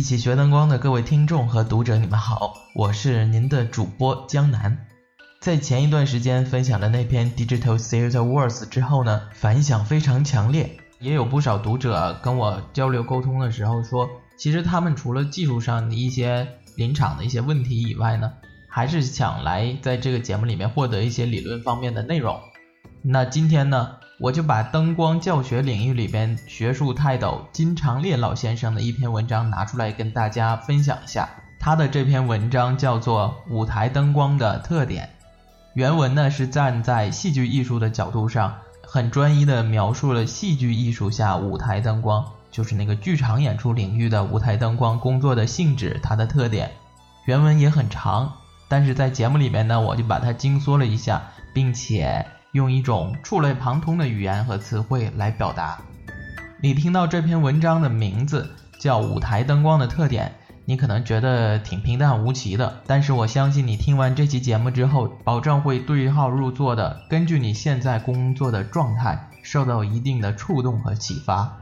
起学灯光的各位听众和读者，你们好，我是您的主播江南。在前一段时间分享了那篇 Digital Theatre Words 之后呢，反响非常强烈，也有不少读者跟我交流沟通的时候说，其实他们除了技术上的一些临场的一些问题以外呢，还是想来在这个节目里面获得一些理论方面的内容。那今天呢，我就把灯光教学领域里边学术泰斗金长烈老先生的一篇文章拿出来跟大家分享一下。他的这篇文章叫做《舞台灯光的特点》，原文呢是站在戏剧艺术的角度上，很专一的描述了戏剧艺术下舞台灯光，就是那个剧场演出领域的舞台灯光工作的性质，它的特点。原文也很长，但是在节目里面呢，我就把它精缩了一下，并且用一种触类旁通的语言和词汇来表达。你听到这篇文章的名字叫舞台灯光的特点，你可能觉得挺平淡无奇的，但是我相信你听完这期节目之后，保证会对号入座的，根据你现在工作的状态受到一定的触动和启发。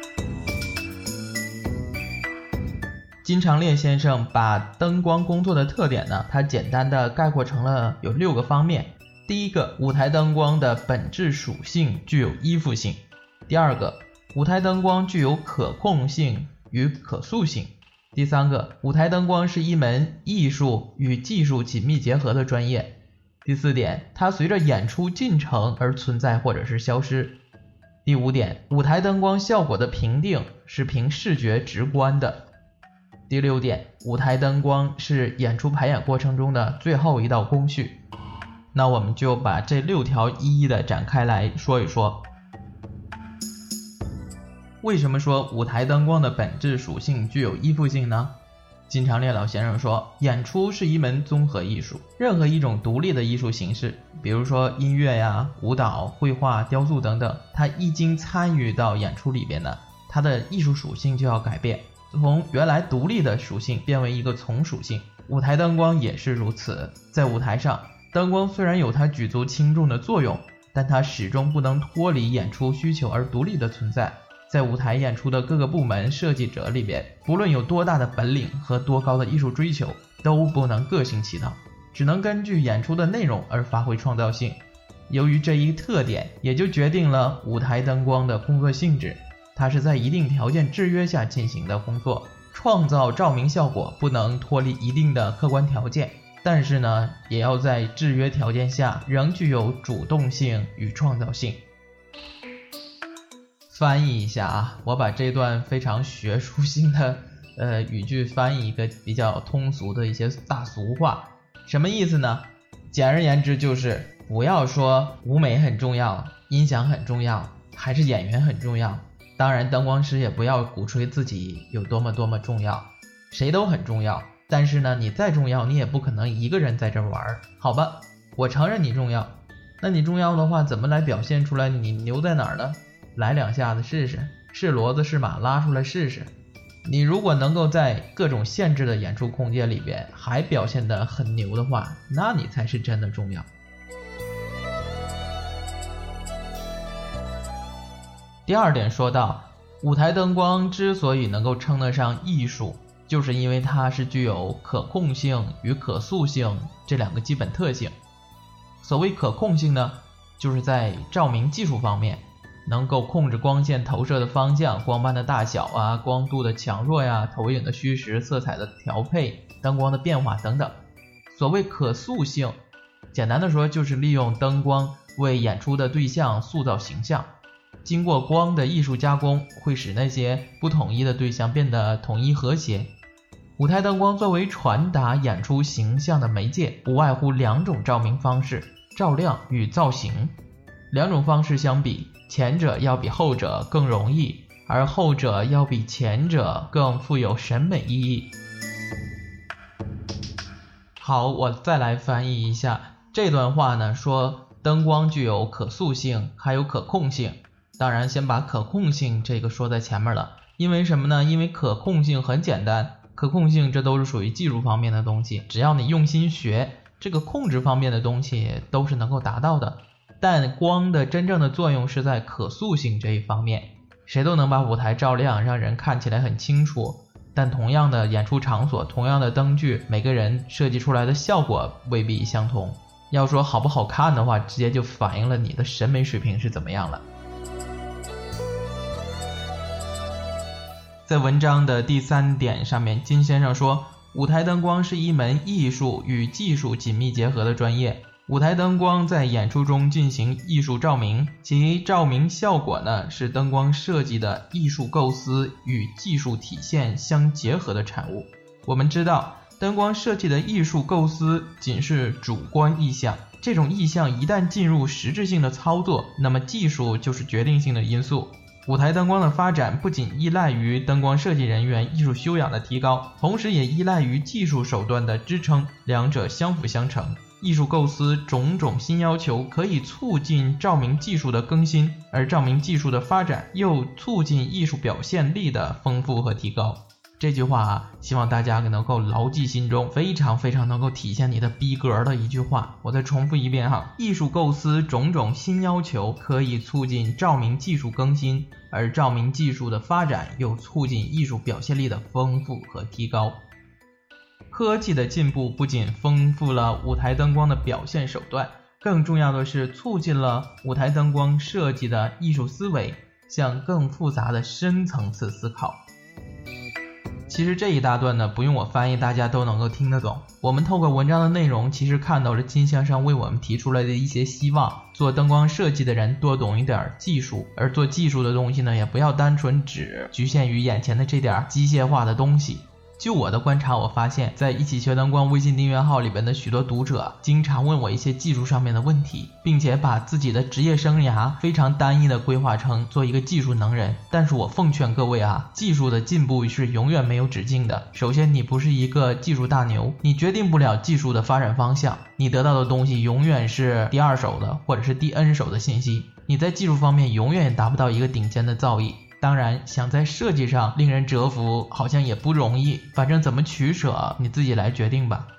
金长烈先生把灯光工作的特点呢，他简单的概括成了有6个方面。第一个，舞台灯光的本质属性具有依附性。第二个，舞台灯光具有可控性与可塑性。第三个，舞台灯光是一门艺术与技术紧密结合的专业。第四点，它随着演出进程而存在或者是消失。第五点，舞台灯光效果的评定是凭视觉直观的。第六点，舞台灯光是演出排演过程中的最后一道工序。那我们就把这6条一一的展开来说一说。为什么说舞台灯光的本质属性具有依附性呢？金长烈老先生说，演出是一门综合艺术，任何一种独立的艺术形式，比如说音乐呀、舞蹈、绘画、雕塑等等，它一经参与到演出里边呢，它的艺术属性就要改变，从原来独立的属性变为一个从属性。舞台灯光也是如此，在舞台上，灯光虽然有它举足轻重的作用，但它始终不能脱离演出需求而独立的存在。在舞台演出的各个部门设计者里边，不论有多大的本领和多高的艺术追求，都不能个性起到，只能根据演出的内容而发挥创造性。由于这一特点，也就决定了舞台灯光的工作性质，它是在一定条件制约下进行的工作。创造照明效果不能脱离一定的客观条件，但是呢，也要在制约条件下仍具有主动性与创造性。翻译一下啊，我把这段非常学术性的语句翻译一个比较通俗的一些大俗话。什么意思呢？简而言之就是不要说舞美很重要，音响很重要，还是演员很重要。当然灯光师也不要鼓吹自己有多么重要，谁都很重要，但是呢，你再重要你也不可能一个人在这玩，好吧，我承认你重要，那你重要的话怎么来表现出来你牛在哪儿呢？来2下子试试，是骡子是马拉出来试试。你如果能够在各种限制的演出空间里边还表现得很牛的话，那你才是真的重要。第二点说到，舞台灯光之所以能够称得上艺术，就是因为它是具有可控性与可塑性这2个基本特性。所谓可控性呢，就是在照明技术方面能够控制光线投射的方向、光斑的大小啊、光度的强弱呀、投影的虚实、色彩的调配、灯光的变化等等。所谓可塑性，简单的说就是利用灯光为演出的对象塑造形象，经过光的艺术加工，会使那些不统一的对象变得统一和谐。舞台灯光作为传达演出形象的媒介，不外乎2种照明方式，照亮与造型。2种方式相比，前者要比后者更容易，而后者要比前者更富有审美意义。好，我再来翻译一下这段话呢，说灯光具有可塑性还有可控性。当然先把可控性这个说在前面了，因为什么呢？因为可控性很简单，可控性这都是属于技术方面的东西，只要你用心学，这个控制方面的东西都是能够达到的。但光的真正的作用是在可塑性这一方面，谁都能把舞台照亮，让人看起来很清楚， 但同样的演出场所，同样的灯具，每个人设计出来的效果未必相同。要说好不好看的话，直接就反映了你的审美水平是怎么样了。在文章的第3点上面，金先生说，舞台灯光是一门艺术与技术紧密结合的专业。舞台灯光在演出中进行艺术照明，其照明效果呢是灯光设计的艺术构思与技术体现相结合的产物。我们知道，灯光设计的艺术构思仅是主观意向，这种意向一旦进入实质性的操作，那么技术就是决定性的因素。舞台灯光的发展不仅依赖于灯光设计人员艺术修养的提高，同时也依赖于技术手段的支撑，两者相辅相成。艺术构思种种新要求可以促进照明技术的更新，而照明技术的发展又促进艺术表现力的丰富和提高。这句话希望大家能够牢记心中，非常能够体现你的逼格的一句话。我再重复一遍艺术构思种种新要求可以促进照明技术更新，而照明技术的发展又促进艺术表现力的丰富和提高。科技的进步不仅丰富了舞台灯光的表现手段，更重要的是促进了舞台灯光设计的艺术思维向更复杂的深层次思考。其实这一大段呢，不用我翻译，大家都能够听得懂。我们透过文章的内容，其实看到了金先生为我们提出来的一些希望，做灯光设计的人多懂一点技术，而做技术的东西呢，也不要单纯只局限于眼前的这点机械化的东西。就我的观察，我发现在一起学灯光微信订阅号里边的许多读者经常问我一些技术上面的问题，并且把自己的职业生涯非常单一的规划成做一个技术能人。但是我奉劝各位技术的进步是永远没有止境的。首先，你不是一个技术大牛，你决定不了技术的发展方向，你得到的东西永远是第二手的或者是第 N 手的信息，你在技术方面永远达不到一个顶尖的造诣。当然，想在设计上令人折服好像也不容易，反正怎么取舍你自己来决定吧。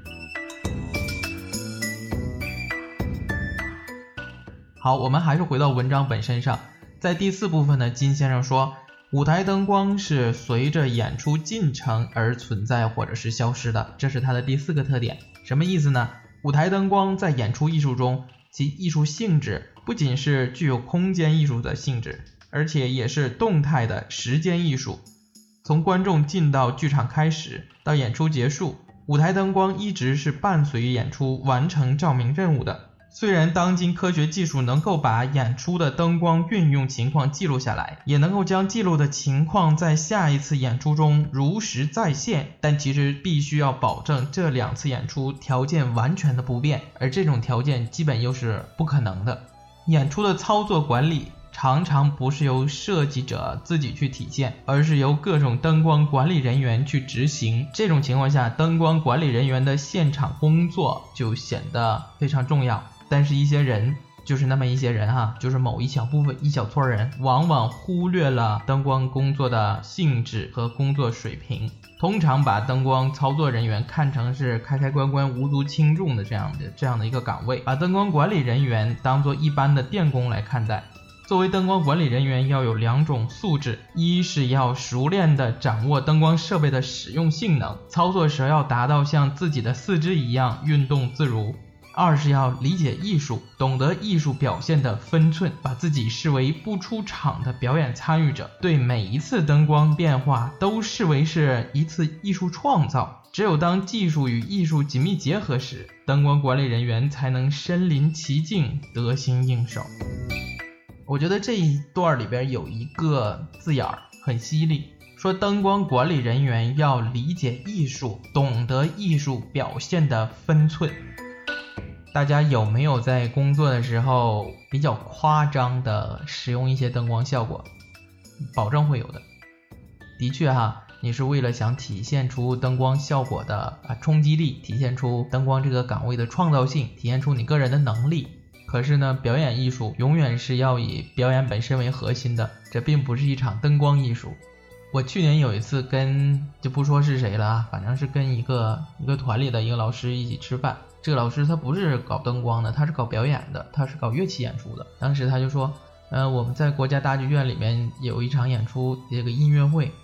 好，我们还是回到文章本身上。在第4部分呢，金先生说，舞台灯光是随着演出进程而存在或者是消失的，这是它的第4个特点。什么意思呢？舞台灯光在演出艺术中，其艺术性质不仅是具有空间艺术的性质，而且也是动态的时间艺术。从观众进到剧场开始到演出结束，舞台灯光一直是伴随演出完成照明任务的。虽然当今科学技术能够把演出的灯光运用情况记录下来，也能够将记录的情况在下一次演出中如实再现，但其实必须要保证这2次演出条件完全的不变，而这种条件基本又是不可能的。演出的操作管理常常不是由设计者自己去体现，而是由各种灯光管理人员去执行。这种情况下，灯光管理人员的现场工作就显得非常重要。但是一些人，就是那么一些人就是某一小部分一小撮人，往往忽略了灯光工作的性质和工作水平，通常把灯光操作人员看成是开开关关无足轻重的这样的一个岗位，把灯光管理人员当作一般的电工来看待。作为灯光管理人员要有2种素质，一是要熟练地掌握灯光设备的使用性能，操作时要达到像自己的四肢一样运动自如；二是要理解艺术，懂得艺术表现的分寸，把自己视为不出场的表演参与者，对每一次灯光变化都视为是一次艺术创造。只有当技术与艺术紧密结合时，灯光管理人员才能身临其境，得心应手。我觉得这一段里边有一个字眼很犀利，说灯光管理人员要理解艺术，懂得艺术表现的分寸。大家有没有在工作的时候比较夸张的使用一些灯光效果？保证会有的。的确你是为了想体现出灯光效果的冲击力，体现出灯光这个岗位的创造性，体现出你个人的能力。可是呢，表演艺术永远是要以表演本身为核心的，这并不是一场灯光艺术。我去年有一次就不说是谁了反正是跟一个团里的一个老师一起吃饭。这个老师他不是搞灯光的，他是搞表演的，他是搞乐器演出的。当时他就说我们在国家大剧院里面有一场演出，这个音乐会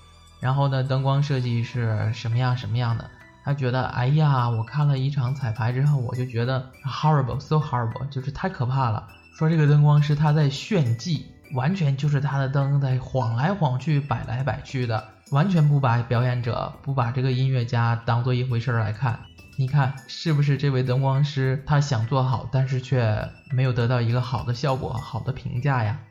然后呢，灯光设计是什么样什么样的。他觉得，哎呀，我看了一场彩排之后，我就觉得 horrible, so horrible， 就是太可怕了。说这个灯光师他在炫技，完全就是他的灯在晃来晃去，摆来摆去的，完全不把表演者，不把这个音乐家当做一回事来看。你看是不是这位灯光师他想做好，但是却没有得到一个好的效果，好的评价呀？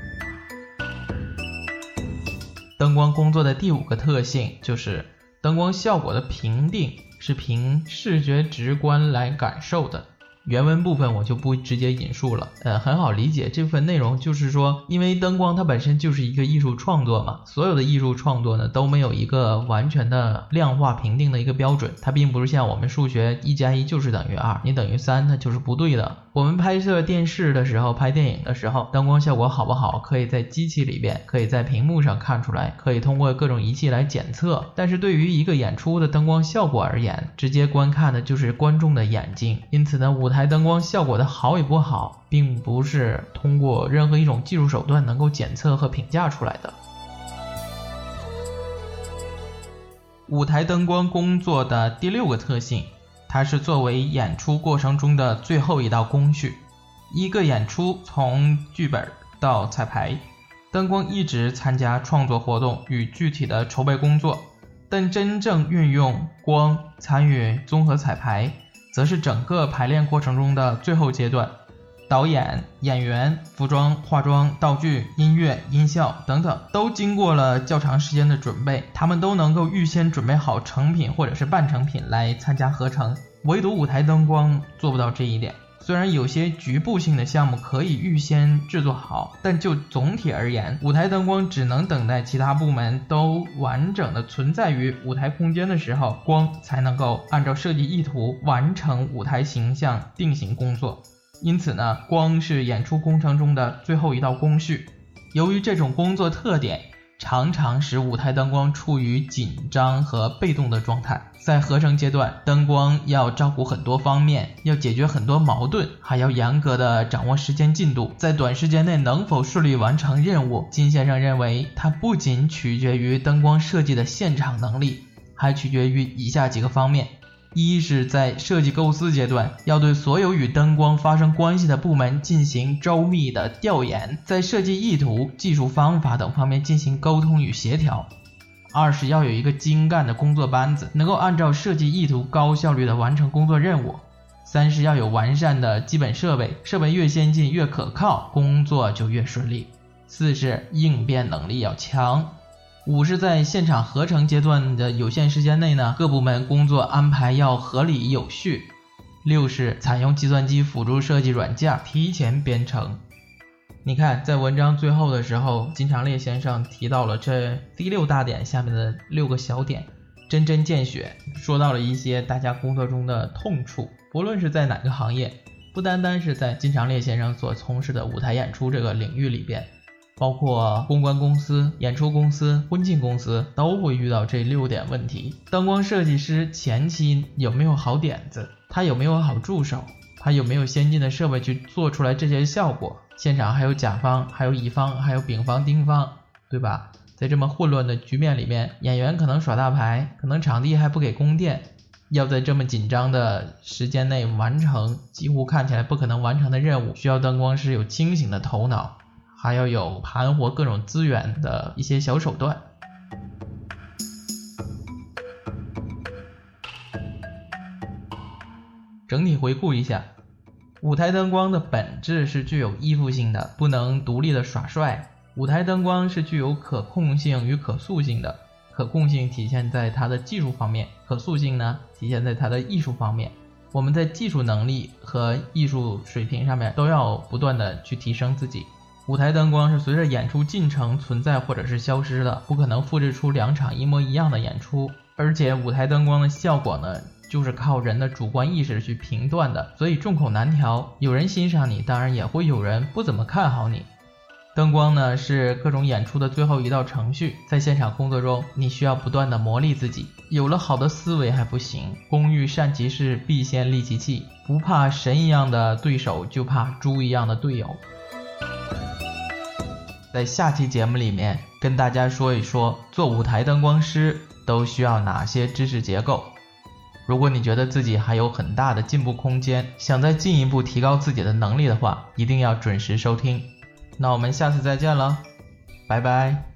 灯光工作的第5个特性就是灯光效果的评定是凭视觉直观来感受的。原文部分我就不直接引述了，很好理解，这部分内容就是说，因为灯光它本身就是一个艺术创作嘛，所有的艺术创作呢都没有一个完全的量化评定的一个标准，它并不是像我们数学1+1就是等于2，你等于3它就是不对的。我们拍摄电视的时候，拍电影的时候，灯光效果好不好可以在机器里边，可以在屏幕上看出来，可以通过各种仪器来检测，但是对于一个演出的灯光效果而言，直接观看的就是观众的眼睛。因此呢，舞台灯光效果的好与不好并不是通过任何一种技术手段能够检测和评价出来的。舞台灯光工作的第6个特性，它是作为演出过程中的最后一道工序。一个演出从剧本到彩排，灯光一直参加创作活动与具体的筹备工作，但真正运用光参与综合彩排，则是整个排练过程中的最后阶段。导演、演员、服装、化妆、道具、音乐、音效等等都经过了较长时间的准备，他们都能够预先准备好成品或者是半成品来参加合成，唯独舞台灯光做不到这一点。虽然有些局部性的项目可以预先制作好，但就总体而言，舞台灯光只能等待其他部门都完整的存在于舞台空间的时候，光才能够按照设计意图完成舞台形象定型工作。因此呢，光是演出工程中的最后一道工序。由于这种工作特点，常常使舞台灯光处于紧张和被动的状态。在合成阶段，灯光要照顾很多方面，要解决很多矛盾，还要严格的掌握时间进度，在短时间内能否顺利完成任务。金先生认为，它不仅取决于灯光设计的现场能力，还取决于以下几个方面。一是在设计构思阶段，要对所有与灯光发生关系的部门进行周密的调研，在设计意图、技术方法等方面进行沟通与协调。二是要有一个精干的工作班子，能够按照设计意图高效率的完成工作任务。三是要有完善的基本设备，设备越先进越可靠，工作就越顺利。四是应变能力要强。五是在现场合成阶段的有限时间内呢，各部门工作安排要合理有序。六是采用计算机辅助设计软件提前编程。你看，在文章最后的时候，金长烈先生提到了这第6大点下面的6个小点，针针见血，说到了一些大家工作中的痛处，不论是在哪个行业，不单单是在金长烈先生所从事的舞台演出这个领域里边，包括公关公司、演出公司、婚庆公司都会遇到这6点问题。灯光设计师前期有没有好点子，他有没有好助手，他有没有先进的设备去做出来这些效果，现场还有甲方，还有乙方，还有丙方、丁方，对吧？在这么混乱的局面里面，演员可能耍大牌，可能场地还不给供电，要在这么紧张的时间内完成几乎看起来不可能完成的任务，需要灯光师有清醒的头脑，还要有盘活各种资源的一些小手段。整体回顾一下，舞台灯光的本质是具有依附性的，不能独立的耍帅。舞台灯光是具有可控性与可塑性的，可控性体现在它的技术方面，可塑性呢体现在它的艺术方面。我们在技术能力和艺术水平上面都要不断的去提升自己。舞台灯光是随着演出进程存在或者是消失的，不可能复制出2场一模一样的演出，而且舞台灯光的效果呢，就是靠人的主观意识去评断的，所以众口难调，有人欣赏你，当然也会有人不怎么看好你。灯光呢是各种演出的最后一道程序，在现场工作中，你需要不断的磨砺自己，有了好的思维还不行，工欲善其事，必先利其器，不怕神一样的对手，就怕猪一样的队友。 在下期节目里面跟大家说一说做舞台灯光师都需要哪些知识结构。如果你觉得自己还有很大的进步空间，想再进一步提高自己的能力的话，一定要准时收听。那我们下次再见了，拜拜。